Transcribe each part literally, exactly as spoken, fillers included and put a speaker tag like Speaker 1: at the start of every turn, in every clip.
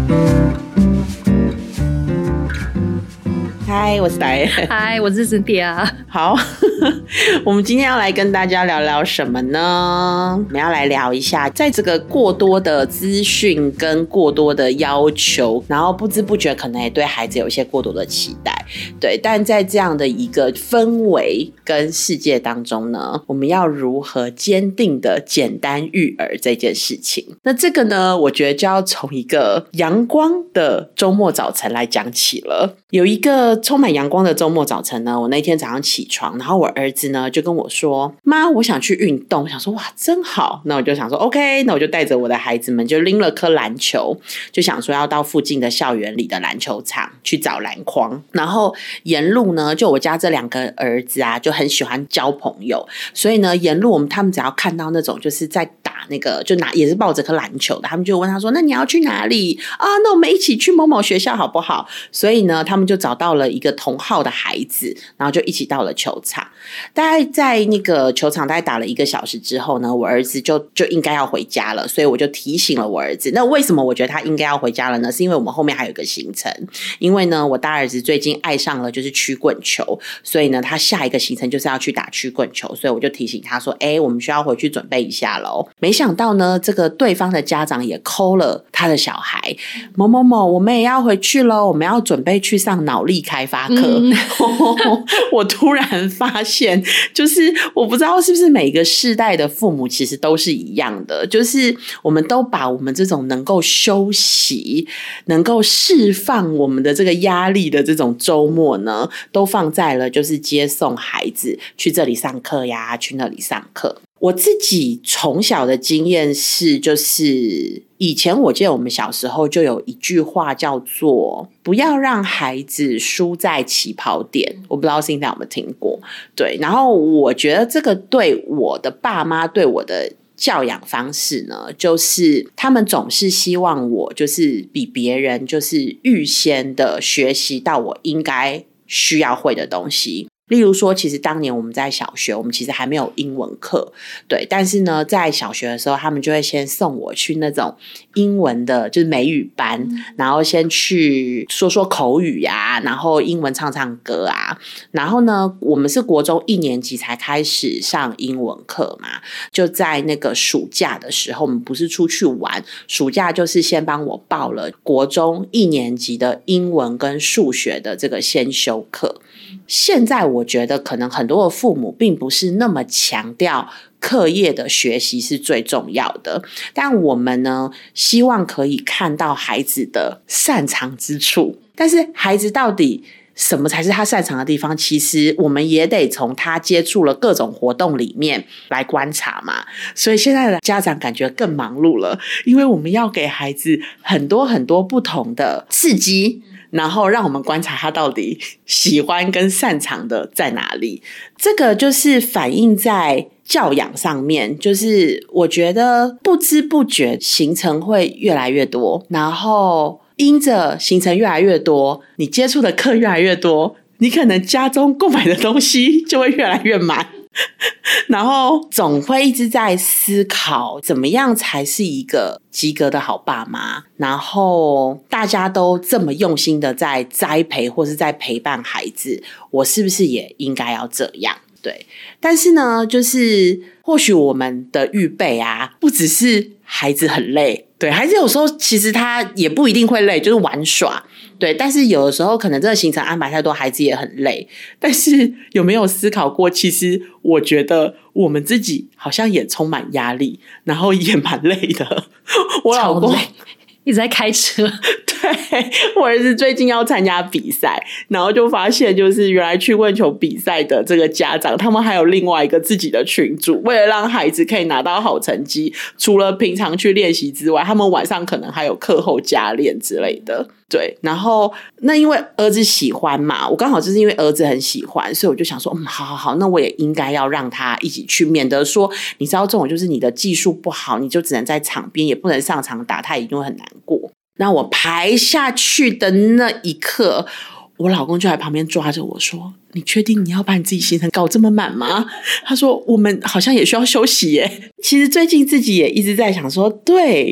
Speaker 1: 嗨，我是戴。
Speaker 2: 嗨，我是Cynthia。
Speaker 1: 好，我们今天要来跟大家聊聊什么呢？我们要来聊一下，在这个过多的资讯跟过多的要求，然后不知不觉可能也对孩子有一些过多的期待，对。但在这样的一个氛围跟世界当中呢，我们要如何坚定的简单育儿这件事情？那这个呢，我觉得就要从一个阳光的周末早晨来讲起了。有一个充满阳光的周末早晨呢，我那天早上起床，然后我儿子呢就跟我说，妈，我想去运动。我想说，哇，真好。那我就想说 OK， 那我就带着我的孩子们就拎了颗篮球，就想说要到附近的校园里的篮球场去找篮筐。然后沿路呢，就我家这两个儿子啊就很喜欢交朋友，所以呢沿路我们他们只要看到那种就是在打那个就拿也是抱着颗篮球的，他们就问他说，那你要去哪里啊？那我们一起去某某学校好不好？所以呢他们就找到了一个同号的孩子，然后就一起到了球场。大概在那个球场大概打了一个小时之后呢，我儿子就就应该要回家了，所以我就提醒了我儿子。那为什么我觉得他应该要回家了呢？是因为我们后面还有一个行程，因为呢我大儿子最近爱上了就是曲棍球，所以呢他下一个行程就是要去打曲棍球，所以我就提醒他说，哎，我们需要回去准备一下咯。没想到呢这个对方的家长也 call 了他的小孩，某某某，我们也要回去咯，我们要准备去上脑力开发课、嗯、我突然发现就是我不知道是不是每个世代的父母其实都是一样的，就是我们都把我们这种能够休息能够释放我们的这个压力的这种周末呢都放在了就是接送孩子去这里上课呀，去那里上课。我自己从小的经验是，就是以前我记得我们小时候就有一句话叫做不要让孩子输在起跑点，我不知道现在有没有听过。对，然后我觉得这个对我的爸妈对我的教养方式呢，就是他们总是希望我就是比别人就是预先的学习到我应该需要会的东西。例如说其实当年我们在小学我们其实还没有英文课，对，但是呢在小学的时候他们就会先送我去那种英文的就是美语班、嗯、然后先去说说口语啊，然后英文唱唱歌啊。然后呢我们是国中一年级才开始上英文课嘛，就在那个暑假的时候我们不是出去玩，暑假就是先帮我报了国中一年级的英文跟数学的这个先修课。现在我觉得可能很多的父母并不是那么强调课业的学习是最重要的，但我们呢希望可以看到孩子的擅长之处，但是孩子到底什么才是他擅长的地方，其实我们也得从他接触了各种活动里面来观察嘛。所以现在的家长感觉更忙碌了，因为我们要给孩子很多很多不同的刺激，然后让我们观察他到底喜欢跟擅长的在哪里。这个就是反映在教养上面，就是我觉得不知不觉行程会越来越多，然后因着行程越来越多，你接触的课越来越多，你可能家中购买的东西就会越来越满然后总会一直在思考怎么样才是一个及格的好爸妈，然后大家都这么用心的在栽培或是在陪伴孩子，我是不是也应该要这样？对，但是呢就是或许我们的预备啊不只是孩子很累，对，孩子有时候其实他也不一定会累，就是玩耍，对，但是有的时候可能这个行程安排太多，孩子也很累。但是有没有思考过，其实我觉得我们自己好像也充满压力，然后也蛮累的。我老公
Speaker 2: 一直在开车，
Speaker 1: 对，我儿子最近要参加比赛，然后就发现就是原来曲棍球比赛的这个家长他们还有另外一个自己的群组，为了让孩子可以拿到好成绩，除了平常去练习之外，他们晚上可能还有课后加练之类的。对，然后那因为儿子喜欢嘛，我刚好就是因为儿子很喜欢，所以我就想说嗯，好好好，那我也应该要让他一起去，免得说你知道这种就是你的技术不好，你就只能在场边也不能上场打，他一定会很难过。那我排下去的那一刻，我老公就在旁边抓着我说，你确定你要把你自己行程搞这么满吗？他说我们好像也需要休息耶。其实最近自己也一直在想说，对，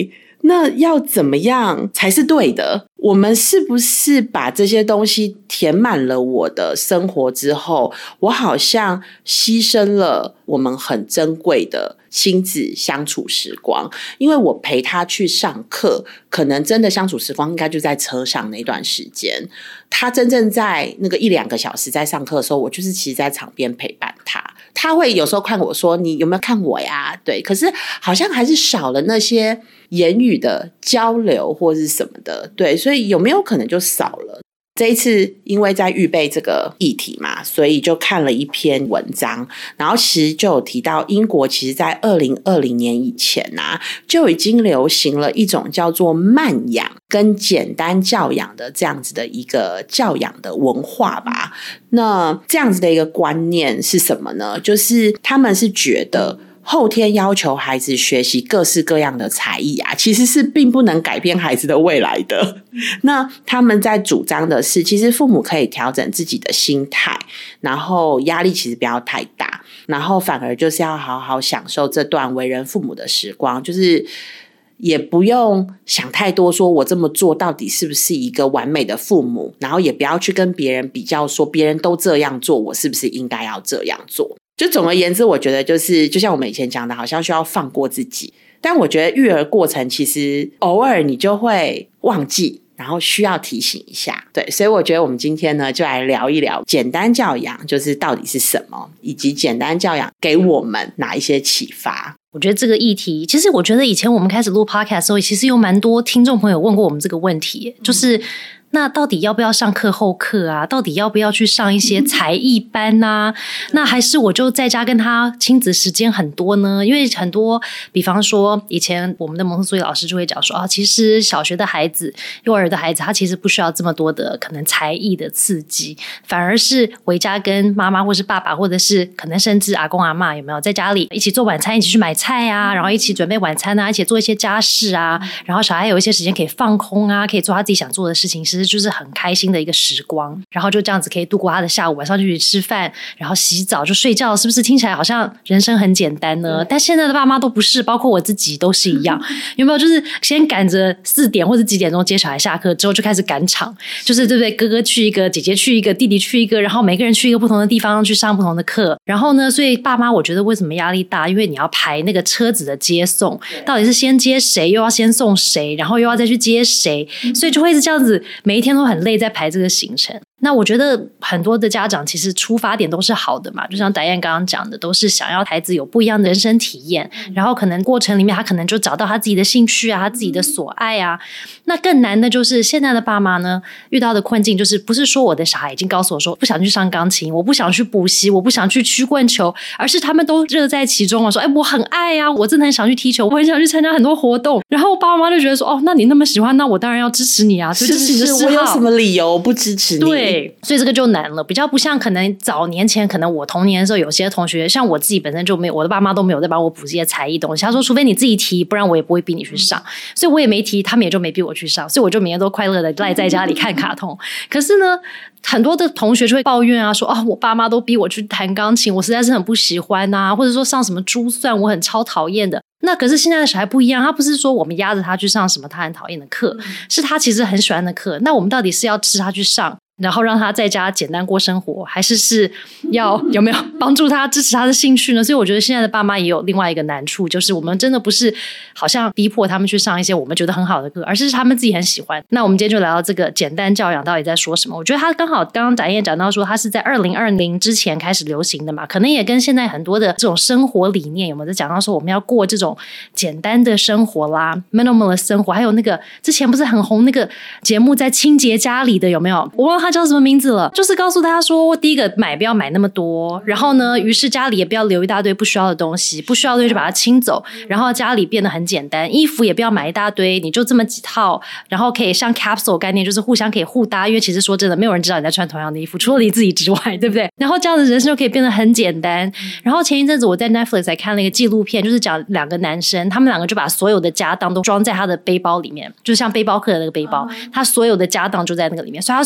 Speaker 1: 那要怎么样才是对的？我们是不是把这些东西填满了我的生活之后，我好像牺牲了我们很珍贵的亲子相处时光？因为我陪他去上课，可能真的相处时光应该就在车上那段时间，他真正在那个一两个小时在上课的时候，我就是其实在场边陪伴他。他会有时候看我说你有没有看我呀？对，可是好像还是少了那些言语的交流或是什么的，对，所以有没有可能就少了？这一次因为在预备这个议题嘛，所以就看了一篇文章，然后其实就有提到英国其实在二零二零年以前啊，就已经流行了一种叫做慢养跟简单教养的这样子的一个教养的文化吧。那这样子的一个观念是什么呢？就是他们是觉得后天要求孩子学习各式各样的才艺啊，其实是并不能改变孩子的未来的。那他们在主张的是，其实父母可以调整自己的心态，然后压力其实不要太大，然后反而就是要好好享受这段为人父母的时光，就是也不用想太多说我这么做到底是不是一个完美的父母，然后也不要去跟别人比较说别人都这样做，我是不是应该要这样做。就总而言之，我觉得就是就像我们以前讲的，好像需要放过自己，但我觉得育儿过程其实偶尔你就会忘记，然后需要提醒一下。对，所以我觉得我们今天呢就来聊一聊简单教养就是到底是什么，以及简单教养给我们哪一些启发。
Speaker 2: 我觉得这个议题，其实我觉得以前我们开始录 podcast 的时候，其实有蛮多听众朋友问过我们这个问题，就是那到底要不要上课后课啊？到底要不要去上一些才艺班啊？那还是我就在家跟他亲子时间很多呢？因为很多，比方说以前我们的蒙特梭利老师就会讲说啊，其实小学的孩子、幼儿的孩子，他其实不需要这么多的可能才艺的刺激，反而是回家跟妈妈或是爸爸，或者是可能甚至阿公阿嬷有没有在家里一起做晚餐，一起去买菜啊，然后一起准备晚餐啊，一起做一些家事啊，然后小孩有一些时间可以放空啊，可以做他自己想做的事情，其实就是很开心的一个时光，然后就这样子可以度过他的下午，晚上就去吃饭，然后洗澡就睡觉，是不是听起来好像人生很简单呢？但现在的爸妈都不是，包括我自己都是一样。有没有就是先赶着四点或者几点钟接小孩下课之后就开始赶场，就是对不对？哥哥去一个，姐姐去一个，弟弟去一个，然后每个人去一个不同的地方去上不同的课。然后呢，所以爸妈我觉得为什么压力大？因为你要排那个车子的接送，到底是先接谁，又要先送谁，然后又要再去接谁，所以就会是这样子，每一天都很累在排这个行程。那我觉得很多的家长其实出发点都是好的嘛，就像Diane刚刚讲的，都是想要孩子有不一样的人生体验，然后可能过程里面他可能就找到他自己的兴趣啊，他自己的所爱啊。那更难的就是现在的爸妈呢遇到的困境，就是不是说我的小孩已经告诉我说不想去上钢琴，我不想去补习，我不想去曲棍球，而是他们都热在其中啊，说哎我很爱啊，我真的很想去踢球，我很想去参加很多活动。然后爸妈就觉得说哦，那你那么喜欢，那我当然要支持你啊，
Speaker 1: 是不是？是我有什么理由不支持你？
Speaker 2: 对。所以这个就难了，比较不像可能早年前，可能我童年的时候，有些同学像我自己本身就没有，我的爸妈都没有在帮我补这些才艺东西。他说，除非你自己提，不然我也不会逼你去上。所以我也没提，他们也就没逼我去上，所以我就每天都快乐的赖在家里看卡通。可是呢，很多的同学就会抱怨啊，说啊，我爸妈都逼我去弹钢琴，我实在是很不喜欢啊，或者说上什么珠算，我很超讨厌的。那可是现在的小孩不一样，他不是说我们压着他去上什么他很讨厌的课，是他其实很喜欢的课。那我们到底是要支持他去上，然后让他在家简单过生活，还是是要有没有帮助他支持他的兴趣呢？所以我觉得现在的爸妈也有另外一个难处，就是我们真的不是好像逼迫他们去上一些我们觉得很好的课，而是他们自己很喜欢。那我们今天就聊到这个简单教养到底在说什么。我觉得他刚好刚刚展燕讲到说他是在二零二零之前开始流行的嘛，可能也跟现在很多的这种生活理念有没有在讲到说我们要过这种简单的生活啦， minimalist 生活。还有那个之前不是很红那个节目在清洁家里的，有没有？我忘了他叫什么名字了，就是告诉大家说第一个买不要买那么多，然后呢于是家里也不要留一大堆不需要的东西，不需要的东西就把它清走，然后家里变得很简单，衣服也不要买一大堆，你就这么几套，然后可以像 capsule 概念，就是互相可以互搭，因为其实说真的没有人知道你在穿同样的衣服，除了你自己之外，对不对？然后这样的人生就可以变得很简单。然后前一阵子我在 Netflix 还看了一个纪录片，就是讲两个男生，他们两个就把所有的家当都装在他的背包里面，就像背包客的那个背包，他所有的家当就在那个里面，所以他随时要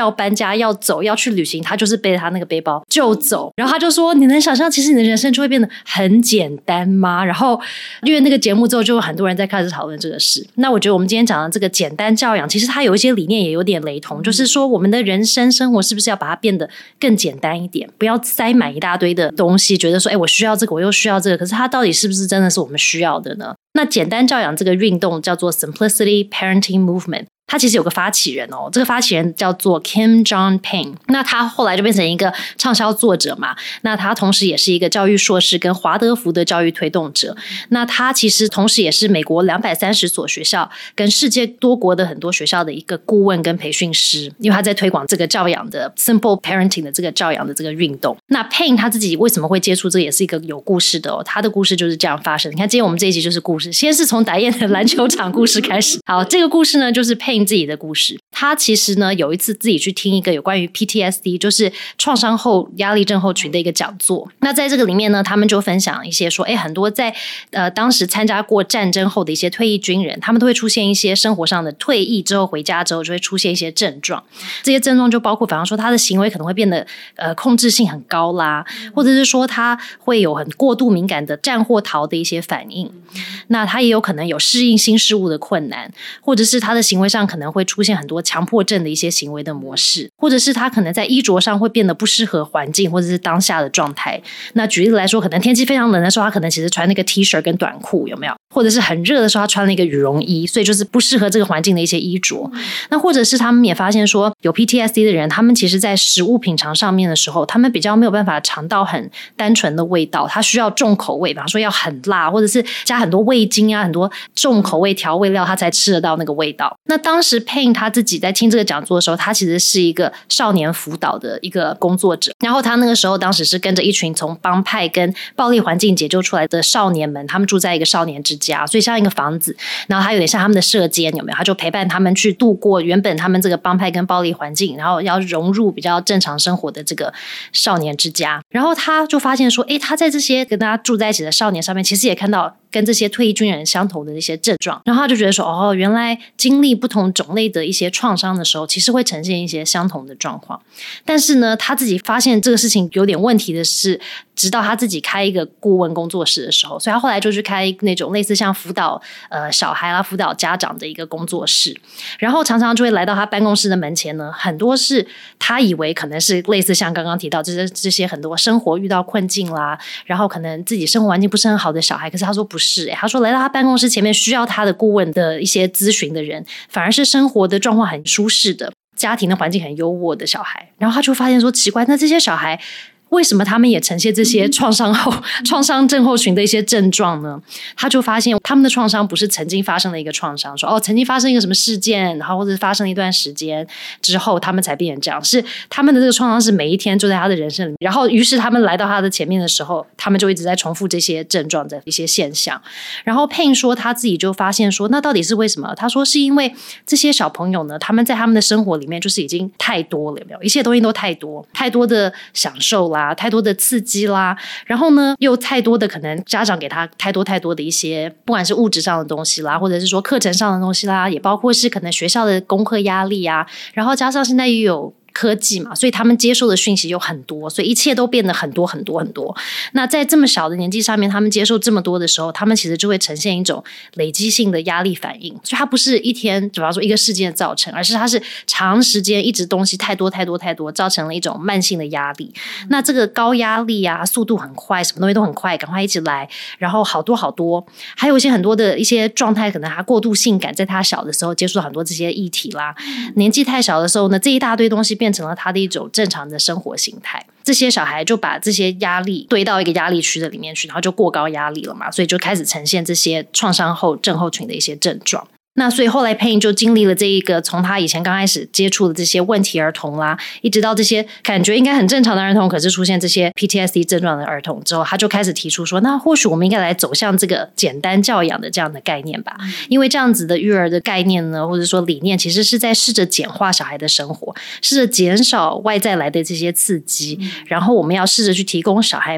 Speaker 2: 要搬家要走要去旅行，他就是背着他那个背包就走。然后他就说你能想象其实你的人生就会变得很简单吗？然后因为那个节目之后就有很多人在开始讨论这个事。那我觉得我们今天讲的这个简单教养其实它有一些理念也有点雷同，就是说我们的人生生活是不是要把它变得更简单一点，不要塞满一大堆的东西，觉得说哎，我需要这个我又需要这个，可是它到底是不是真的是我们需要的呢？那简单教养这个运动叫做 Simplicity Parenting Movement，他其实有个发起人哦，这个发起人叫做 Kim John Payne， 那他后来就变成一个畅销作者嘛，那他同时也是一个教育硕士跟华德福的教育推动者，那他其实同时也是美国两百三十所学校跟世界多国的很多学校的一个顾问跟培训师，因为他在推广这个教养的 Simple Parenting 的这个教养的这个运动。那 Payne 他自己为什么会接触这个也是一个有故事的哦，他的故事就是这样发生。你看今天我们这一集就是故事，先是从打燕的篮球场故事开始。好，这个故事呢就是 Payne自己的故事。他其实呢有一次自己去听一个有关于 P T S D 就是创伤后压力症候群的一个讲座，那在这个里面呢他们就分享一些说，哎，很多在呃当时参加过战争后的一些退役军人，他们都会出现一些生活上的退役之后回家之后就会出现一些症状，这些症状就包括比方说他的行为可能会变得呃控制性很高啦，或者是说他会有很过度敏感的战或逃的一些反应，那他也有可能有适应新事物的困难，或者是他的行为上可能会出现很多强迫症的一些行为的模式，或者是他可能在衣着上会变得不适合环境或者是当下的状态。那举例来说，可能天气非常冷的时候他可能其实穿那个 T 恤跟短裤，有没有？或者是很热的时候他穿了一个羽绒衣，所以就是不适合这个环境的一些衣着。那或者是他们也发现说有 P T S D 的人，他们其实在食物品尝上面的时候，他们比较没有办法尝到很单纯的味道，他需要重口味，比方说要很辣，或者是加很多味精啊，很多重口味调味料他才吃得到那个味道。那当时 Payne 他自己在听这个讲座的时候，他其实是一个少年辅导的一个工作者，然后他那个时候当时是跟着一群从帮派跟暴力环境解救出来的少年们，他们住在一个少年之家，所以像一个房子，然后他有点像他们的舍监，有没有？他就陪伴他们去度过原本他们这个帮派跟暴力环境，然后要融入比较正常生活的这个少年之家。然后他就发现说，诶，他在这些跟他住在一起的少年上面，其实也看到跟这些退役军人相同的一些症状，然后他就觉得说，哦，原来经历不同种类的一些创伤的时候，其实会呈现一些相同的状况。但是呢，他自己发现这个事情有点问题的是，直到他自己开一个顾问工作室的时候，所以他后来就去开那种类似像辅导呃小孩啦、辅导家长的一个工作室，然后常常就会来到他办公室的门前呢，很多是他以为可能是类似像刚刚提到这些这些很多生活遇到困境啦，然后可能自己生活环境不是很好的小孩，可是他说不是、欸、他说来到他办公室前面需要他的顾问的一些咨询的人，反而是生活的状况很舒适的，家庭的环境很优渥的小孩。然后他就发现说奇怪，那这些小孩为什么他们也呈现这些创伤后创伤症候群的一些症状呢？他就发现他们的创伤不是曾经发生的一个创伤，说哦曾经发生一个什么事件，然后或者发生一段时间之后他们才变成这样，是他们的这个创伤是每一天就在他的人生里面，然后于是他们来到他的前面的时候，他们就一直在重复这些症状的一些现象。然后 Payne 说他自己就发现说，那到底是为什么？他说是因为这些小朋友呢，他们在他们的生活里面就是已经太多了，有没有？一切东西都太多，太多的享受啦，太多的刺激啦，然后呢又太多的可能家长给他太多太多的一些不管是物质上的东西啦，或者是说课程上的东西啦，也包括是可能学校的功课压力啊，然后加上现在又有科技嘛，所以他们接受的讯息有很多，所以一切都变得很多很多很多。那在这么小的年纪上面，他们接受这么多的时候，他们其实就会呈现一种累积性的压力反应，所以它不是一天比方说一个事件造成，而是它是长时间一直东西太多太多太多，造成了一种慢性的压力。那这个高压力啊，速度很快，什么东西都很快，赶快一起来，然后好多好多，还有一些很多的一些状态，可能他过度性感，在他小的时候接触很多这些议题啦，年纪太小的时候呢，这一大堆东西变成了他的一种正常的生活形态。这些小孩就把这些压力堆到一个压力区的里面去，然后就过高压力了嘛，所以就开始呈现这些创伤后症候群的一些症状。那所以后来 Payne 就经历了这一个从他以前刚开始接触的这些问题儿童啦，一直到这些感觉应该很正常的儿童，可是出现这些 P T S D 症状的儿童之后，他就开始提出说，那或许我们应该来走向这个简单教养的这样的概念吧。因为这样子的育儿的概念呢，或者说理念，其实是在试着简化小孩的生活，试着减少外在来的这些刺激，然后我们要试着去提供小孩们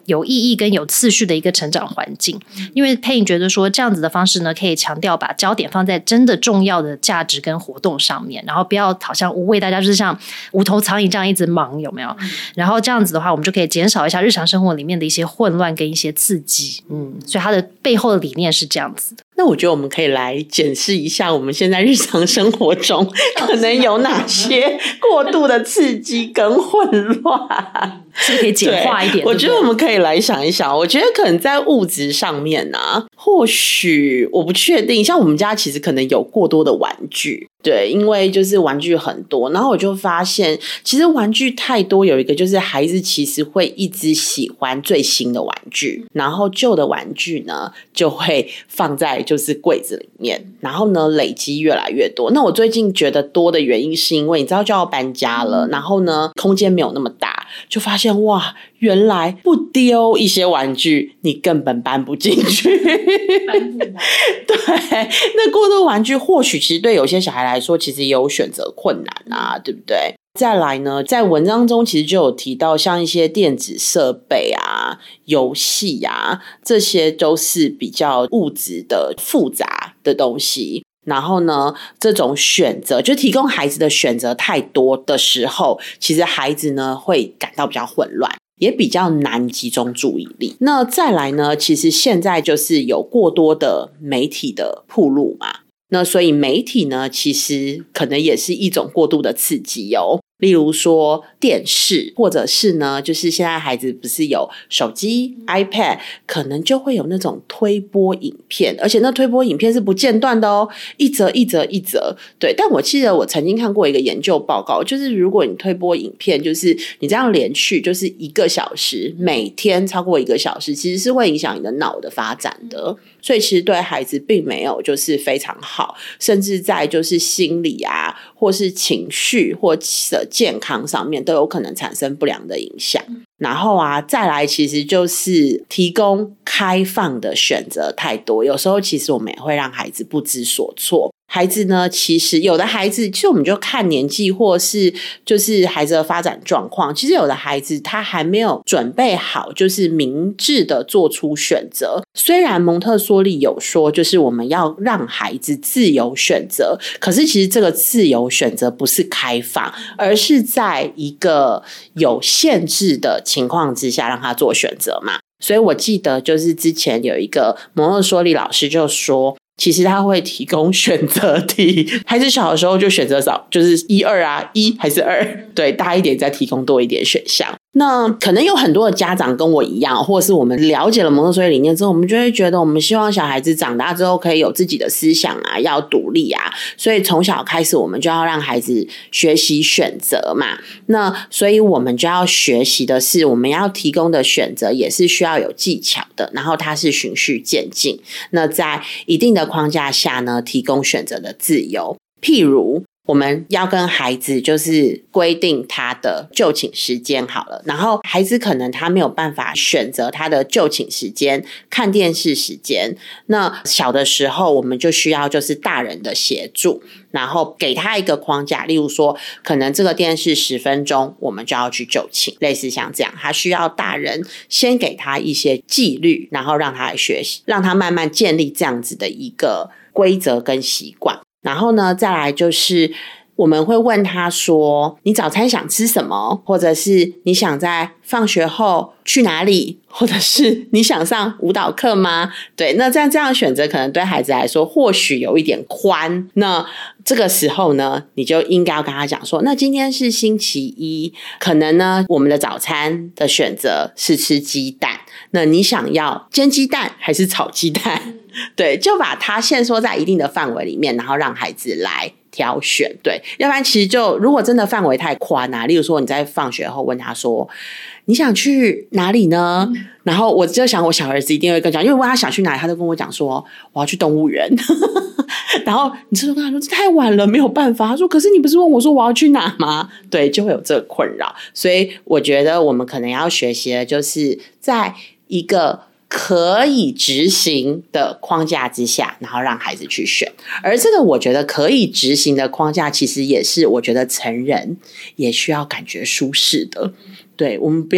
Speaker 2: 有意义跟有次序的一个成长环境。因为佩颖觉得说这样子的方式呢，可以强调把焦点放在真的重要的价值跟活动上面，然后不要好像无谓大家就是像无头苍蝇这样一直忙，有没有？然后这样子的话，我们就可以减少一下日常生活里面的一些混乱跟一些刺激。嗯，所以它的背后的理念是这样子的。
Speaker 1: 那我觉得我们可以来检视一下我们现在日常生活中可能有哪些过度的刺激跟混乱，
Speaker 2: 是不是可以简化一点？
Speaker 1: 我觉得我们可以来想一想，我觉得可能在物质上面啊，或许我不确定，像我们家其实可能有过多的玩具，对，因为就是玩具很多，然后我就发现其实玩具太多，有一个就是孩子其实会一直喜欢最新的玩具，然后旧的玩具呢就会放在就是柜子里面，然后呢累积越来越多。那我最近觉得多的原因是因为你知道就要搬家了，然后呢空间没有那么大，就发现哇，原来不丢一些玩具你根本搬不进去对，那过多玩具或许其实对有些小孩来说其实也有选择困难啊，对不对？再来呢，在文章中其实就有提到像一些电子设备啊、游戏啊，这些都是比较物质的复杂的东西，然后呢这种选择就提供孩子的选择太多的时候，其实孩子呢会感到比较混乱，也比较难集中注意力。那再来呢，其实现在就是有过多的媒体的暴露嘛，那所以媒体呢其实可能也是一种过度的刺激哦。例如说电视，或者是呢就是现在孩子不是有手机 iPad， 可能就会有那种推播影片，而且那推播影片是不间断的哦，一则一则一则。对，但我记得我曾经看过一个研究报告，就是如果你推播影片，就是你这样连续就是一个小时，每天超过一个小时，其实是会影响你的脑的发展的，所以其实对孩子并没有就是非常好，甚至在就是心理啊或是情绪或者健康上面都有可能产生不良的影响。然后啊再来其实就是提供开放的选择太多，有时候其实我们也会让孩子不知所措。孩子呢其实有的孩子其实我们就看年纪或是就是孩子的发展状况，其实有的孩子他还没有准备好就是明智的做出选择。虽然蒙特梭利有说就是我们要让孩子自由选择，可是其实这个自由选择不是开放，而是在一个有限制的情况之下让他做选择嘛。所以我记得就是之前有一个蒙特梭利老师就说，其实他会提供选择题，孩子小的时候就选择少，就是一二啊，一还是二，对，大一点再提供多一点选项。那可能有很多的家长跟我一样，或者是我们了解了蒙特梭利理念之后，我们就会觉得我们希望小孩子长大之后可以有自己的思想啊，要独立啊，所以从小开始我们就要让孩子学习选择嘛。那所以我们就要学习的是我们要提供的选择也是需要有技巧的，然后它是循序渐进，那在一定的框架下呢提供选择的自由。譬如我们要跟孩子就是规定他的就寝时间好了，然后孩子可能他没有办法选择他的就寝时间、看电视时间，那小的时候我们就需要就是大人的协助，然后给他一个框架，例如说可能这个电视十分钟我们就要去就寝，类似像这样，他需要大人先给他一些纪律，然后让他来学习，让他慢慢建立这样子的一个规则跟习惯。然后呢再来就是我们会问他说你早餐想吃什么，或者是你想在放学后去哪里，或者是你想上舞蹈课吗？对，那这样这样的选择可能对孩子来说或许有一点宽，那这个时候呢你就应该要跟他讲说，那今天是星期一，可能呢我们的早餐的选择是吃鸡蛋，那你想要煎鸡蛋还是炒鸡蛋？对，就把它限缩在一定的范围里面，然后让孩子来挑选。对，要不然其实就如果真的范围太宽啊，例如说你在放学后问他说你想去哪里呢、嗯、然后我就想我小儿子一定会跟讲，因为问他想去哪里他就跟我讲说我要去动物园然后你就跟他说这太晚了没有办法，他说可是你不是问我说我要去哪吗？对，就会有这个困扰。所以我觉得我们可能要学习的就是在一个可以执行的框架之下，然后让孩子去选。而这个我觉得可以执行的框架其实也是我觉得成人也需要感觉舒适的。对，我们不要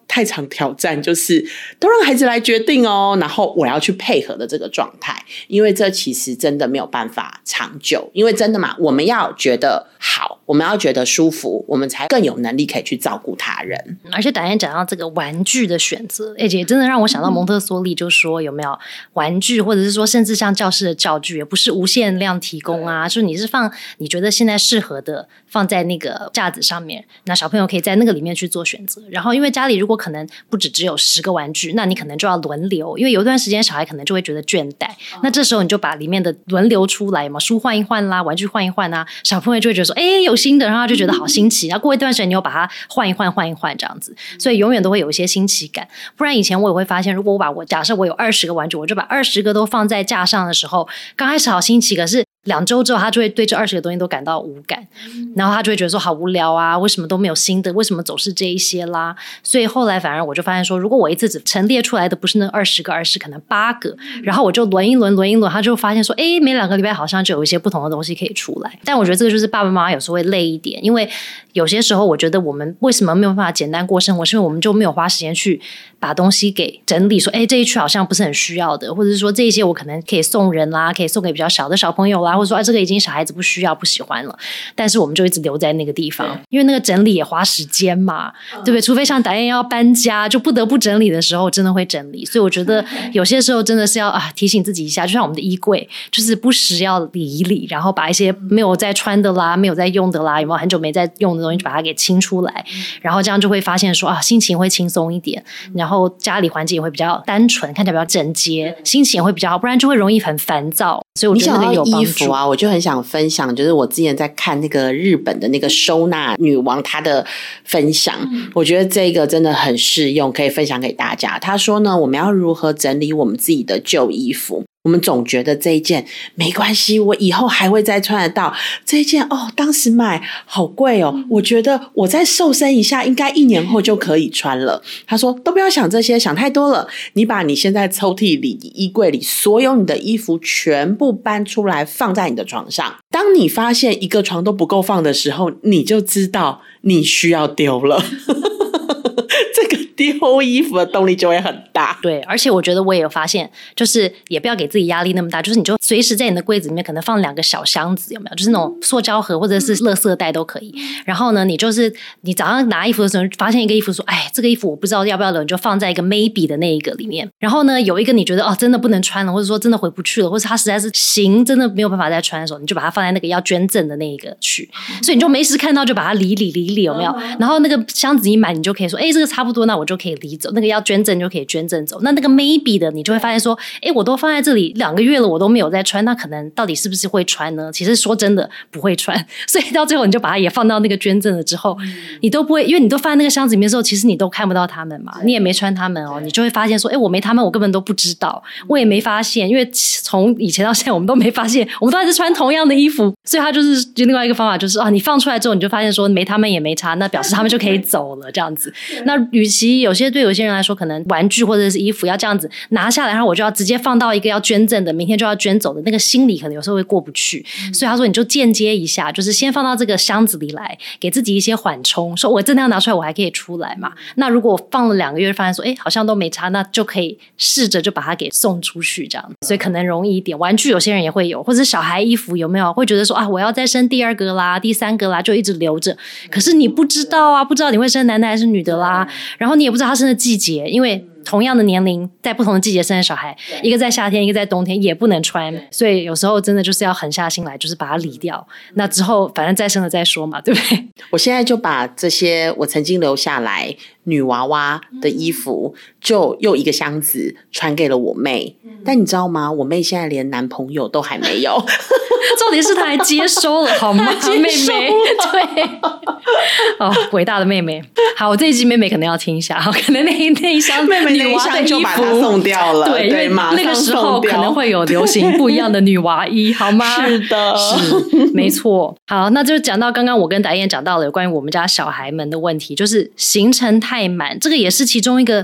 Speaker 1: 太常挑战就是都让孩子来决定哦，然后我要去配合的这个状态，因为这其实真的没有办法长久，因为真的嘛，我们要觉得好，我们要觉得舒服，我们才更有能力可以去照顾他人。
Speaker 2: 而且导演讲到这个玩具的选择，而且真的让我想到蒙特梭利就说有没有玩具，或者是说甚至像教室的教具也不是无限量提供啊，就你是放你觉得现在适合的放在那个架子上面，那小朋友可以在那个里面去做选择。然后因为家里如果可能不只只有十个玩具，那你可能就要轮流，因为有一段时间小孩可能就会觉得倦怠，那这时候你就把里面的轮流出来嘛，书换一换啦，玩具换一换啊，小朋友就会觉得说哎有新的，然后他就觉得好新奇，然后过一段时间你又把它换一换换一换这样子，所以永远都会有一些新奇感。不然以前我也会发现，如果我把我假设我有二十个玩具，我就把二十个都放在架上的时候，刚开始好新奇，可是两周之后他就会对这二十个东西都感到无感，然后他就会觉得说好无聊啊，为什么都没有新的，为什么总是这一些啦。所以后来反而我就发现说，如果我一次只陈列出来的不是那二十个，而是可能八个，然后我就轮一轮轮一轮，他就发现说诶每两个礼拜好像就有一些不同的东西可以出来。但我觉得这个就是爸爸妈妈有时候会累一点，因为有些时候我觉得我们为什么没有办法简单过生活，是因为我们就没有花时间去把东西给整理，说诶这一区好像不是很需要的，或者是说这一些我可能可以送人啦，可以送给比较小的小朋友啦，或者说、啊、这个已经小孩子不需要不喜欢了，但是我们就一直留在那个地方，因为那个整理也花时间嘛，对不对？除非像导演要搬家就不得不整理的时候真的会整理。所以我觉得有些时候真的是要啊提醒自己一下，就像我们的衣柜就是不时要理一理，然后把一些没有在穿的啦，没有在用的啦，有没有很久没在用的东西就把它给清出来，然后这样就会发现说啊心情会轻松一点，然后家里环境也会比较单纯，看起来比较整洁，心情也会比较好，不然就会容易很烦躁。所以我觉得那个有帮助。
Speaker 1: 你想到衣服啊，我就很想分享，就是我之前在看那个日本的那个收纳女王她的分享、嗯、我觉得这个真的很适用，可以分享给大家。她说呢，我们要如何整理我们自己的旧衣服，我们总觉得这一件没关系，我以后还会再穿得到，这一件哦当时买好贵哦、嗯、我觉得我再瘦身一下应该一年后就可以穿了。他说都不要想这些，想太多了，你把你现在抽屉里衣柜里所有你的衣服全部搬出来放在你的床上，当你发现一个床都不够放的时候，你就知道你需要丢了这个丢衣服的动力就会很大。
Speaker 2: 对，而且我觉得我也有发现，就是也不要给自己压力那么大，就是你就随时在你的柜子里面可能放两个小箱子，有没有？就是那种塑胶盒或者是垃圾袋都可以。然后呢，你就是你早上拿衣服的时候发现一个衣服说哎，这个衣服我不知道要不要留，你就放在一个 maybe 的那一个里面。然后呢，有一个你觉得哦真的不能穿了，或者说真的回不去了，或者它实在是行真的没有办法再穿的时候，你就把它放在那个要捐赠的那一个去。所以你就没时看到就把它理理理理，有没有？然后那个箱子一满你就可以说哎，这个差不多，那我就可以理走，那个要捐赠就可以捐赠走。那那个 maybe 的你就会发现说哎，我都放在这里两个月了，我都没有在穿，那可能到底是不是会穿呢？其实说真的不会穿，所以到最后你就把它也放到那个捐赠了之后、嗯、你都不会，因为你都放在那个箱子里面的时候其实你都看不到他们嘛，你也没穿他们哦，你就会发现说哎，我没他们我根本都不知道，我也没发现，因为从以前到现在我们都没发现，我们都还是穿同样的衣服。所以它就是另外一个方法，就是啊，你放出来之后你就发现说没他们也没差，那表示他们就可以走了这样子。那与其有些对有些人来说可能玩具或者是衣服要这样子拿下来，然后我就要直接放到一个要捐赠的明天就要捐走的，那个心理可能有时候会过不去、嗯、所以他说你就间接一下，就是先放到这个箱子里来，给自己一些缓冲，说我真的要拿出来我还可以出来嘛。那如果放了两个月发现说哎，好像都没差，那就可以试着就把它给送出去这样。所以可能容易一点。玩具有些人也会有，或者小孩衣服有没有会觉得说啊，我要再生第二个啦第三个啦，就一直留着，可是你不知道啊，不知道你会生男的还是女的啦，然后你也不知道他生的季节，因为同样的年龄在不同的季节生的小孩，一个在夏天一个在冬天也不能穿，所以有时候真的就是要狠下心来，就是把它理掉，那之后反正再生了再说嘛，对不对？
Speaker 1: 我现在就把这些我曾经留下来女娃娃的衣服就又一个箱子传给了我妹、嗯、但你知道吗，我妹现在连男朋友都还没有
Speaker 2: 重点是她还接收了好吗妹妹？对哦，伟大的妹妹。好，我这一集妹妹可能要听一下，可能那一那一箱
Speaker 1: 妹妹那一箱就把它送掉了，
Speaker 2: 对，
Speaker 1: 对，马上
Speaker 2: 那个时候可能会有流行不一样的女娃衣好吗？
Speaker 1: 是的，
Speaker 2: 是没错。好，那就讲到刚刚我跟达燕讲到了有关于我们家小孩们的问题，就是行程太满，这个也是其中一个现在家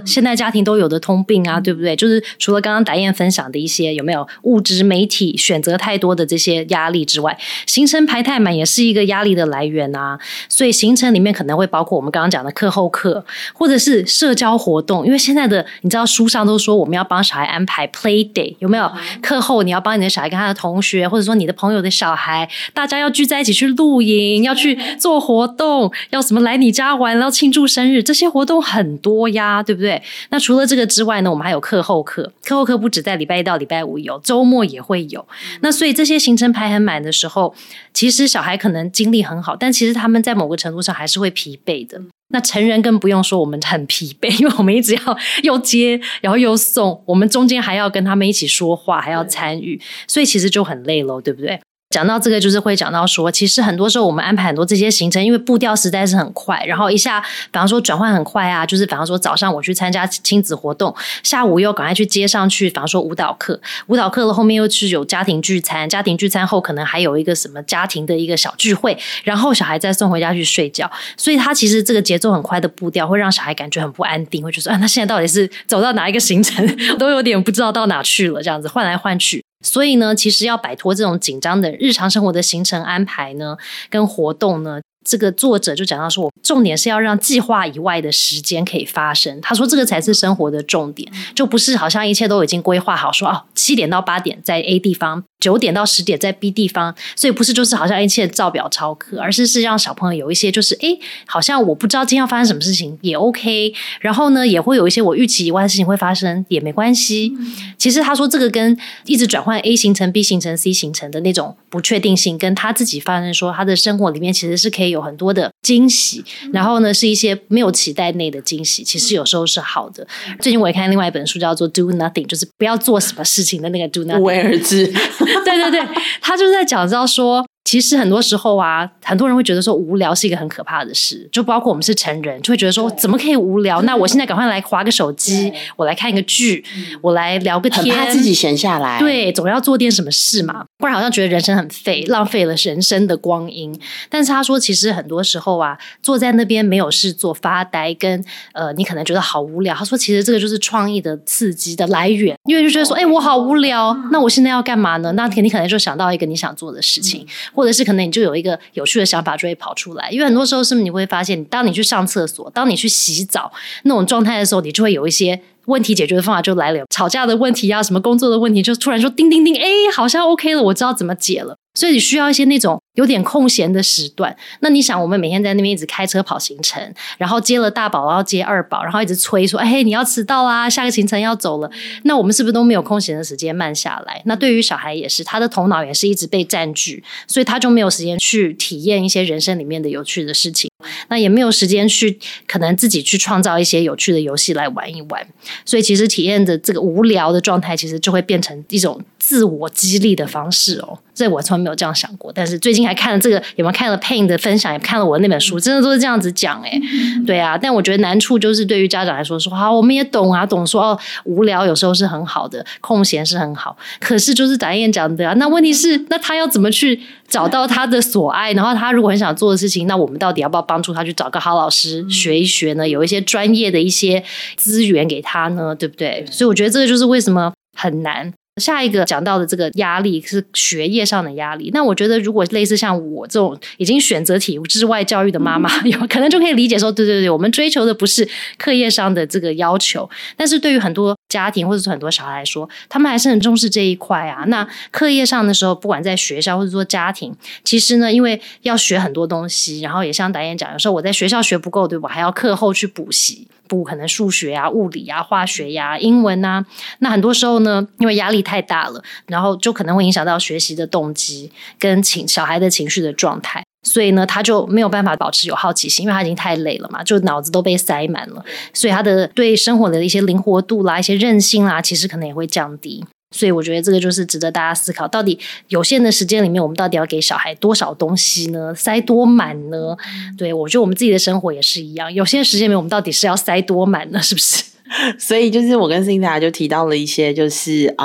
Speaker 2: 家庭都有的通病啊，对不对？就是除了刚刚达燕分享的一些有没有物质媒体选择太多的这些压力之外，行程排太满也是一个压力的来源啊。所以行程里面可能会包括我们刚刚讲的课后课，或者是社交活动，因为现在的你知道书上都说我们要帮小孩安排 play day， 有没有？课后你要帮你的小孩跟他的同学，或者说你的朋友的小孩，大家要聚在一起去露营，要去做活动，要什么来你家玩，要庆祝生日，这些活动很多呀，对不对？那除了这个之外呢，我们还有课后课，课后课不止在礼拜一到礼拜五有，周末也会有。那所以这些行程排很满的时候，其实小孩可能精力很好，但其实他们在某个程度上还是会疲惫的。那成人更不用说，我们很疲惫，因为我们一直要又接然后又送，我们中间还要跟他们一起说话，还要参与，所以其实就很累咯，对不对？讲到这个就是会讲到说，其实很多时候我们安排很多这些行程，因为步调实在是很快，然后一下比方说转换很快啊，就是比方说早上我去参加亲子活动，下午又赶快去接上去比方说舞蹈课，舞蹈课了后面又是有家庭聚餐，家庭聚餐后可能还有一个什么家庭的一个小聚会，然后小孩再送回家去睡觉，所以他其实这个节奏很快的步调会让小孩感觉很不安定，会觉得啊，那现在到底是走到哪一个行程都有点不知道到哪去了，这样子换来换去。所以呢，其实要摆脱这种紧张的日常生活的行程安排呢，跟活动呢，这个作者就讲到说，重点是要让计划以外的时间可以发生。他说这个才是生活的重点，就不是好像一切都已经规划好说，哦，七点到八点在 A 地方，九点到十点在 B 地方，所以不是就是好像一切照表操课，而是是让小朋友有一些就是诶，好像我不知道今天要发生什么事情也 OK， 然后呢也会有一些我预期以外的事情会发生也没关系。其实他说这个跟一直转换 A 行程 B 行程 C 行程的那种不确定性，跟他自己发现说他的生活里面其实是可以有很多的惊喜，然后呢是一些没有期待内的惊喜，其实有时候是好的。最近我也看另外一本书叫做 Do Nothing， 就是不要做什么事情的那个 Do Nothing，
Speaker 1: 无为而治
Speaker 2: 对对对，他就是在讲到说其实很多时候啊，很多人会觉得说无聊是一个很可怕的事，就包括我们是成人就会觉得说怎么可以无聊，那我现在赶快来滑个手机，我来看一个剧，我来聊个天，
Speaker 1: 很怕自己闲下来，
Speaker 2: 对，总要做点什么事嘛，不然好像觉得人生很废，浪费了人生的光阴。但是他说其实很多时候啊，坐在那边没有事做发呆，跟呃你可能觉得好无聊，他说其实这个就是创意的刺激的来源，因为就觉得说哎、欸，我好无聊，那我现在要干嘛呢？那你可能就想到一个你想做的事情，或者是可能你就有一个有趣的想法就会跑出来。因为很多时候是你会发现，当你去上厕所，当你去洗澡那种状态的时候，你就会有一些问题解决的方法就来了，吵架的问题啊，什么工作的问题，就突然说叮叮叮，哎，好像 OK 了，我知道怎么解了。所以你需要一些那种有点空闲的时段。那你想我们每天在那边一直开车跑行程，然后接了大宝然后接二宝，然后一直催说哎，你要迟到啦，下个行程要走了，那我们是不是都没有空闲的时间慢下来？那对于小孩也是，他的头脑也是一直被占据，所以他就没有时间去体验一些人生里面的有趣的事情，那也没有时间去可能自己去创造一些有趣的游戏来玩一玩。所以其实体验的这个无聊的状态，其实就会变成一种自我激励的方式哦。这我从来没有这样想过，但是最近还看了这个，有没有看了 Payne 的分享，也看了我的那本书，真的都是这样子讲哎、欸，对啊。但我觉得难处就是对于家长来说，说好我们也懂啊，懂说哦，无聊有时候是很好的，空闲是很好，可是就是达燕讲的啊，那问题是，那他要怎么去找到他的所爱？然后他如果很想做的事情，那我们到底要不要帮助他去找个好老师学一学呢？有一些专业的一些资源给他呢，对不对？所以我觉得这个就是为什么很难。下一个讲到的这个压力是学业上的压力，那我觉得如果类似像我这种已经选择体制外教育的妈妈，有可能就可以理解说，对对对，我们追求的不是课业上的这个要求，但是对于很多家庭或者是很多小孩来说，他们还是很重视这一块啊。那课业上的时候，不管在学校或者说家庭，其实呢，因为要学很多东西，然后也像达燕讲，有时候我在学校学不够，对吧？还要课后去补习，补可能数学啊、物理啊、化学呀、啊、英文啊。那很多时候呢，因为压力太大了，然后就可能会影响到学习的动机跟情小孩的情绪的状态，所以呢他就没有办法保持有好奇心，因为他已经太累了嘛，就脑子都被塞满了，所以他的对生活的一些灵活度啦、一些韧性啦，其实可能也会降低。所以我觉得这个就是值得大家思考，到底有限的时间里面我们到底要给小孩多少东西呢？塞多满呢？对，我觉得我们自己的生活也是一样，有限的时间里面我们到底是要塞多满呢？是不是？
Speaker 1: 所以就是我跟 Cynthia 就提到了一些就是嗯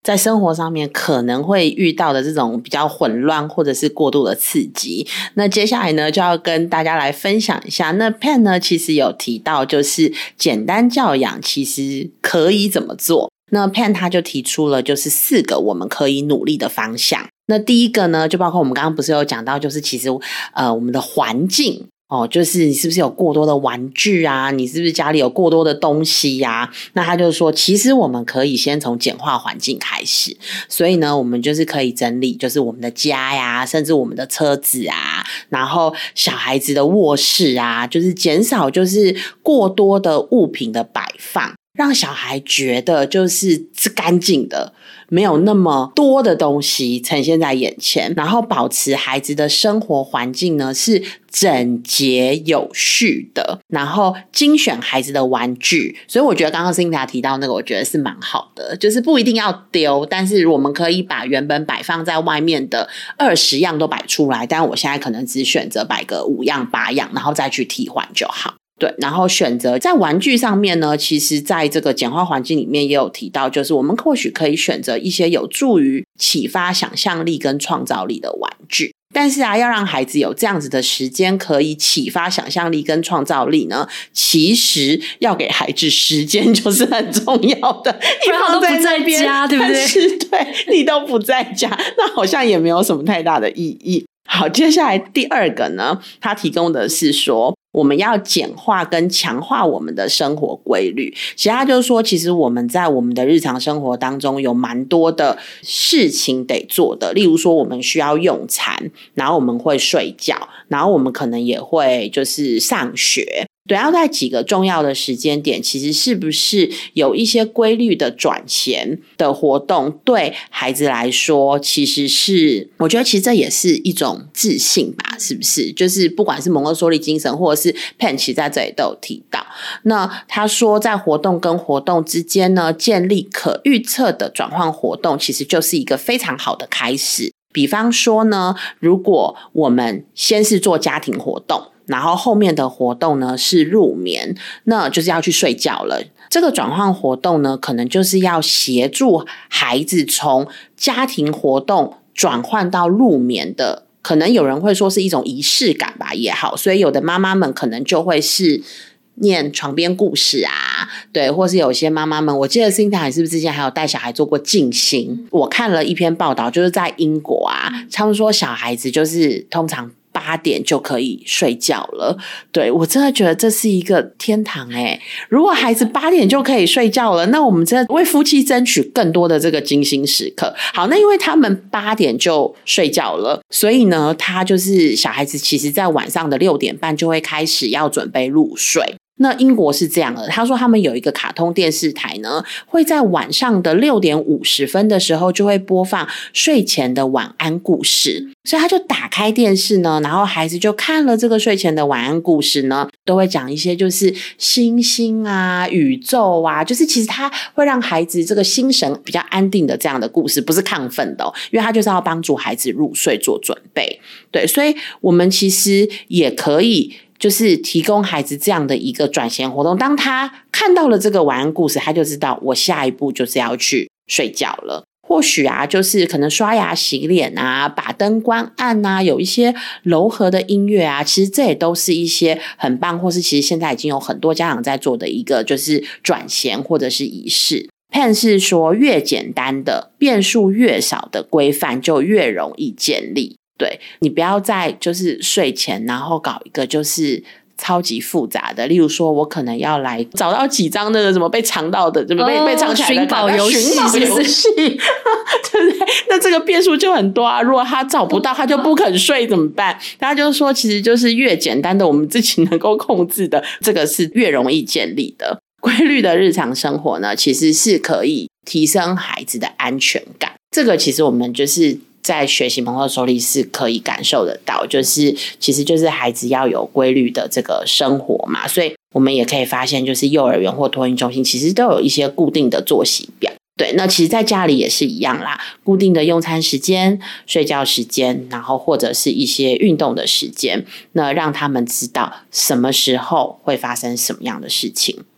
Speaker 1: 在生活上面可能会遇到的这种比较混乱或者是过度的刺激。那接下来呢就要跟大家来分享一下，那 Pan 呢其实有提到就是简单教养其实可以怎么做。那 Pan 他就提出了就是四个我们可以努力的方向。那第一个呢就包括我们刚刚不是有讲到，就是其实呃我们的环境哦，就是你是不是有过多的玩具啊，你是不是家里有过多的东西啊，那他就说其实我们可以先从简化环境开始。所以呢我们就是可以整理就是我们的家呀，甚至我们的车子啊，然后小孩子的卧室啊，就是减少就是过多的物品的摆放，让小孩觉得就是是干净的，没有那么多的东西呈现在眼前，然后保持孩子的生活环境呢是整洁有序的，然后精选孩子的玩具。所以我觉得刚刚 Cynthia 提到那个我觉得是蛮好的，就是不一定要丢，但是我们可以把原本摆放在外面的二十样都摆出来，但我现在可能只选择摆个五样八样，然后再去替换就好。对，然后选择在玩具上面呢，其实在这个简化环境里面也有提到，就是我们或许可以选择一些有助于启发想象力跟创造力的玩具。但是啊，要让孩子有这样子的时间可以启发想象力跟创造力呢，其实要给孩子时间就是很重要的。
Speaker 2: 不然他都不在家，对不对？
Speaker 1: 但是对，你都不在家，那好像也没有什么太大的意义。好，接下来第二个呢，他提供的是说我们要简化跟强化我们的生活规律。其实他就是说其实我们在我们的日常生活当中有蛮多的事情得做的，例如说我们需要用餐，然后我们会睡觉，然后我们可能也会就是上学。对，要在几个重要的时间点，其实是不是有一些规律的转衔的活动，对孩子来说其实是我觉得其实这也是一种自信吧，是不是？就是不管是蒙特梭利精神或者是 Pan 其实在这里都有提到。那他说在活动跟活动之间呢，建立可预测的转换活动其实就是一个非常好的开始。比方说呢，如果我们先是做家庭活动，然后后面的活动呢是入眠，那就是要去睡觉了。这个转换活动呢，可能就是要协助孩子从家庭活动转换到入眠的，可能有人会说是一种仪式感吧也好，所以有的妈妈们可能就会是念床边故事啊，对，或是有些妈妈们，我记得 Cynthia 是不是之前还有带小孩做过静心？我看了一篇报道，就是在英国啊，他们说小孩子就是通常八点就可以睡觉了。对，我真的觉得这是一个天堂欸。如果孩子八点就可以睡觉了，那我们真的为夫妻争取更多的这个精心时刻。好，那因为他们八点就睡觉了，所以呢，他就是小孩子其实在晚上的六点半就会开始要准备入睡。那英国是这样的，他说他们有一个卡通电视台呢，会在晚上的六点五十分的时候就会播放睡前的晚安故事，所以他就打开电视呢，然后孩子就看了这个睡前的晚安故事呢，都会讲一些就是星星啊、宇宙啊，就是其实他会让孩子这个心神比较安定的这样的故事，不是亢奋的哦，因为他就是要帮助孩子入睡做准备。对，所以我们其实也可以就是提供孩子这样的一个转衔活动，当他看到了这个晚安故事，他就知道我下一步就是要去睡觉了。或许啊，就是可能刷牙洗脸啊，把灯关暗啊，有一些柔和的音乐啊，其实这也都是一些很棒，或是其实现在已经有很多家长在做的一个就是转衔或者是仪式。Pan 是说越简单的变数越少的规范就越容易建立。对，你不要在就是睡前然后搞一个就是超级复杂的，例如说我可能要来找到几张那个什么被藏到的怎么被、哦、被藏起来的
Speaker 2: 寻宝游戏
Speaker 1: 寻宝游戏对不对？那这个变数就很多啊，如果他找不到他就不肯睡怎么办？他就说其实就是越简单的我们自己能够控制的，这个是越容易建立的。规律的日常生活呢，其实是可以提升孩子的安全感，这个其实我们就是在学习蒙特梭利是可以感受得到，就是其实就是孩子要有规律的这个生活嘛，所以我们也可以发现就是幼儿园或托婴中心其实都有一些固定的作息表。对，那其实在家里也是一样啦，固定的用餐时间、睡觉时间，然后或者是一些运动的时间，那让他们知道什么时候会发生什么样的事情。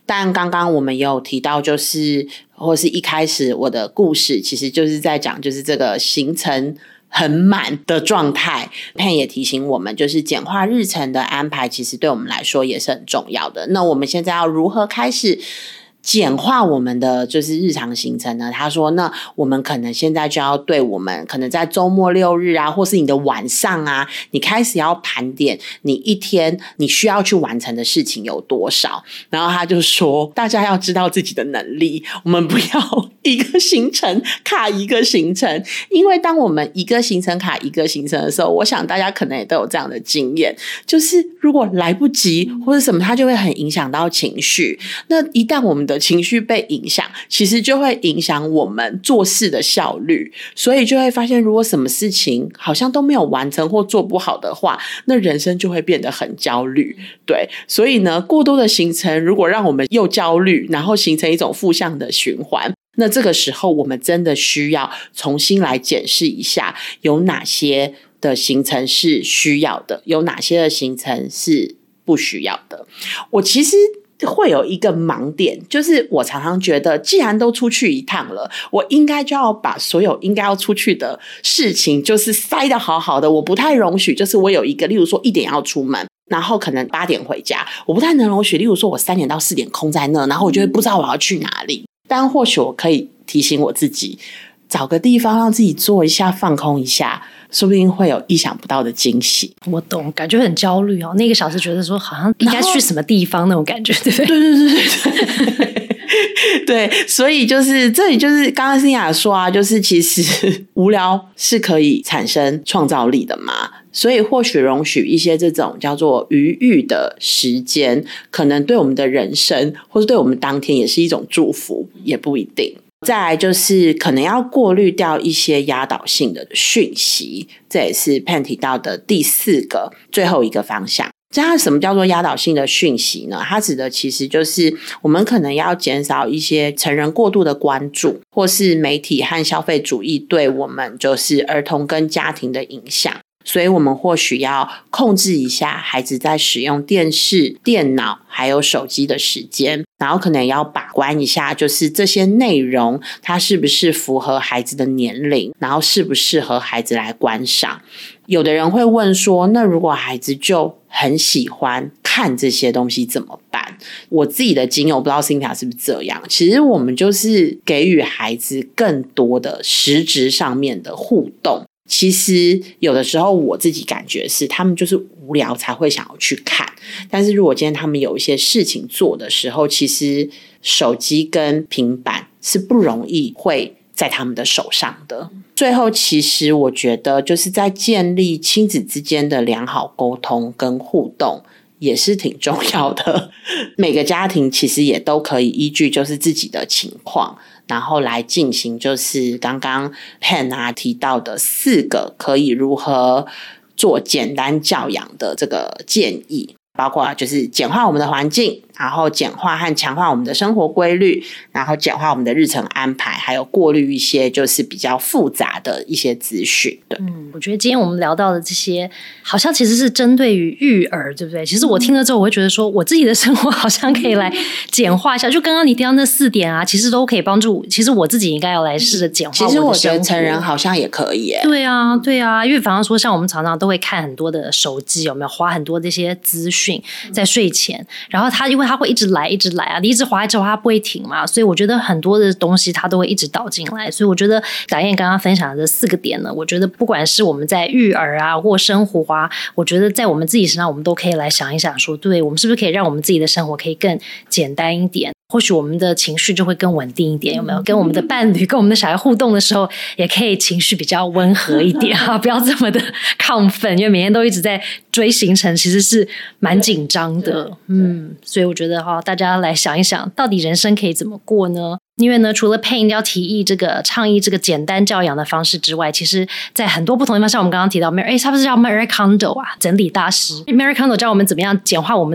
Speaker 1: 但刚刚我们也有提到，就是或是一开始我的故事其实就是在讲就是这个行程很满的状态。 Pen 也提醒我们，就是简化日程的安排其实对我们来说也是很重要的。那我们现在要如何开始简化我们的就是日常行程呢？他说那我们可能现在就要对我们可能在周末六日啊，或是你的晚上啊，你开始要盘点你一天你需要去完成的事情有多少。然后他就说大家要知道自己的能力，我们不要一个行程卡一个行程，因为当我们一个行程卡一个行程的时候，我想大家可能也都有这样的经验，就是如果来不及或者什么，它就会很影响到情绪。那一旦我们的情绪被影响，其实就会影响我们做事的效率，所以就会发现如果什么事情好像都没有完成或做不好的话，那人生就会变得很焦虑。对，所以呢，过多的行程如果让我们又焦虑，然后形成一种负向的循环，那这个时候我们真的需要重新来检视一下有哪些的行程是需要的，有哪些的行程是不需要的。我其实会有一个盲点，就是我常常觉得既然都出去一趟了，我应该就要把所有应该要出去的事情就是塞得好好的。我不太容许就是我有一个例如说一点要出门，然后可能八点回家，我不太能容许例如说我三点到四点空在那，然后我就会不知道我要去哪里。但或许我可以提醒我自己，找个地方让自己坐一下，放空一下，说不定会有意想不到的惊喜。
Speaker 2: 我懂，感觉很焦虑哦。那个小时觉得说好像应该去什么地方那种感觉，对不对？
Speaker 1: 对对对对对。对，所以就是这里就是刚刚欣雅说啊，就是其实无聊是可以产生创造力的嘛。所以或许容许一些这种叫做余裕的时间，可能对我们的人生或是对我们当天也是一种祝福，也不一定。再来就是可能要过滤掉一些压倒性的讯息，这也是 Pen 提到的第四个最后一个方向。这样什么叫做压倒性的讯息呢？它指的其实就是我们可能要减少一些成人过度的关注，或是媒体和消费主义对我们就是儿童跟家庭的影响。所以我们或许要控制一下孩子在使用电视、电脑还有手机的时间，然后可能要把关一下就是这些内容它是不是符合孩子的年龄，然后适不适合孩子来观赏。有的人会问说，那如果孩子就很喜欢看这些东西怎么办？我自己的经验，我不知道 Cynthia 是不是这样，其实我们就是给予孩子更多的实质上面的互动。其实有的时候我自己感觉是他们就是无聊才会想要去看，但是如果今天他们有一些事情做的时候，其实手机跟平板是不容易会在他们的手上的。最后其实我觉得就是在建立亲子之间的良好沟通跟互动也是挺重要的。每个家庭其实也都可以依据就是自己的情况，然后来进行就是刚刚 Pen 啊提到的四个可以如何做简单教养的这个建议，包括就是简化我们的环境，然后简化和强化我们的生活规律，然后简化我们的日程安排，还有过滤一些就是比较复杂的一些资讯。对，
Speaker 2: 嗯，我觉得今天我们聊到的这些好像其实是针对于育儿，对不对？其实我听了之后我会觉得说我自己的生活好像可以来简化一下，就刚刚你提到那四点啊，其实都可以帮助，其实我自己应该要来试着简化我的生活。
Speaker 1: 其实我觉得成人好像也可以耶。
Speaker 2: 对啊对啊，因为反正说像我们常常都会看很多的手机，有没有花很多这些资讯在睡前，然后他因为他会一直来一直来啊，你一直滑一直滑他不会停嘛，所以我觉得很多的东西他都会一直导进来。所以我觉得展燕刚刚分享的这四个点呢，我觉得不管是我们在育儿啊或生活啊，我觉得在我们自己身上我们都可以来想一想说，对，我们是不是可以让我们自己的生活可以更简单一点，或许我们的情绪就会更稳定一点，有没有？跟我们的伴侣跟我们的小孩互动的时候也可以情绪比较温和一点啊，不要这么的亢奋，因为每天都一直在追行程其实是蛮紧张的。嗯，所以我觉得哈，大家来想一想到底人生可以怎么过呢？因为呢，除了 Pen 要提议这个倡议这个简单教养的方式之外，其实在很多不同的地方，像我们刚刚提到 Mary， 他不是叫 Mary Kondo 啊，整理大师 Mary Kondo 教我们怎么样简化我们的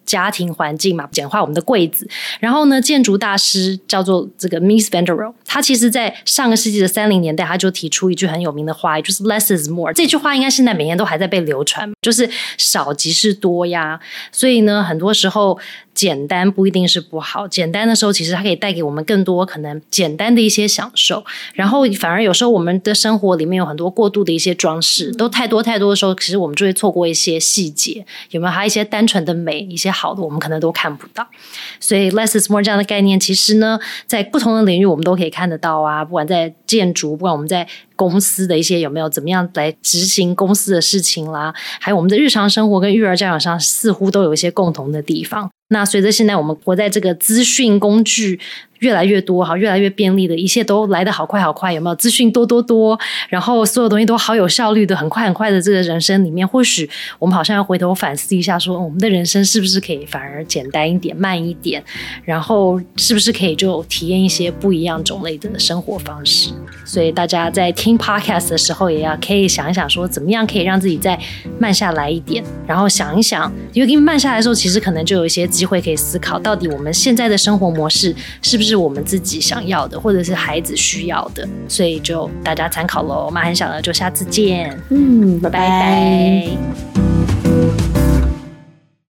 Speaker 2: 家庭环境嘛，简化我们的柜子。然后呢，建筑大师叫做这个 Mies van der Rohe， 他其实在上个世纪的三零年代，他就提出一句很有名的话，就是 less is more。这句话应该现在每年都还在被流传，就是少即是多呀。所以呢，很多时候简单不一定是不好，简单的时候其实它可以带给我们更多可能简单的一些享受，然后反而有时候我们的生活里面有很多过度的一些装饰，都太多太多的时候，其实我们就会错过一些细节，有没有它一些单纯的美，一些好的我们可能都看不到。所以 less is more 这样的概念其实呢在不同的领域我们都可以看得到啊，不管在建筑，不管我们在公司的一些有没有怎么样来执行公司的事情啦，还有我们的日常生活跟育儿教养上似乎都有一些共同的地方。那随着现在我们活在这个资讯工具越来越多，好，越来越便利的，一切都来得好快好快，有没有？资讯多多多，然后所有东西都好有效率的，很快很快的这个人生里面，或许我们好像要回头反思一下说，我们的人生是不是可以反而简单一点，慢一点，然后是不是可以就体验一些不一样种类的生活方式。所以大家在听 podcast 的时候也要可以想一想说，怎么样可以让自己再慢下来一点，然后想一想，因为慢下来的时候其实可能就有一些机会可以思考，到底我们现在的生活模式是不是我们自己想要的，或者是孩子需要的。所以就大家参考咯，妈很想了，就下次见。
Speaker 1: 嗯，拜
Speaker 2: 拜拜。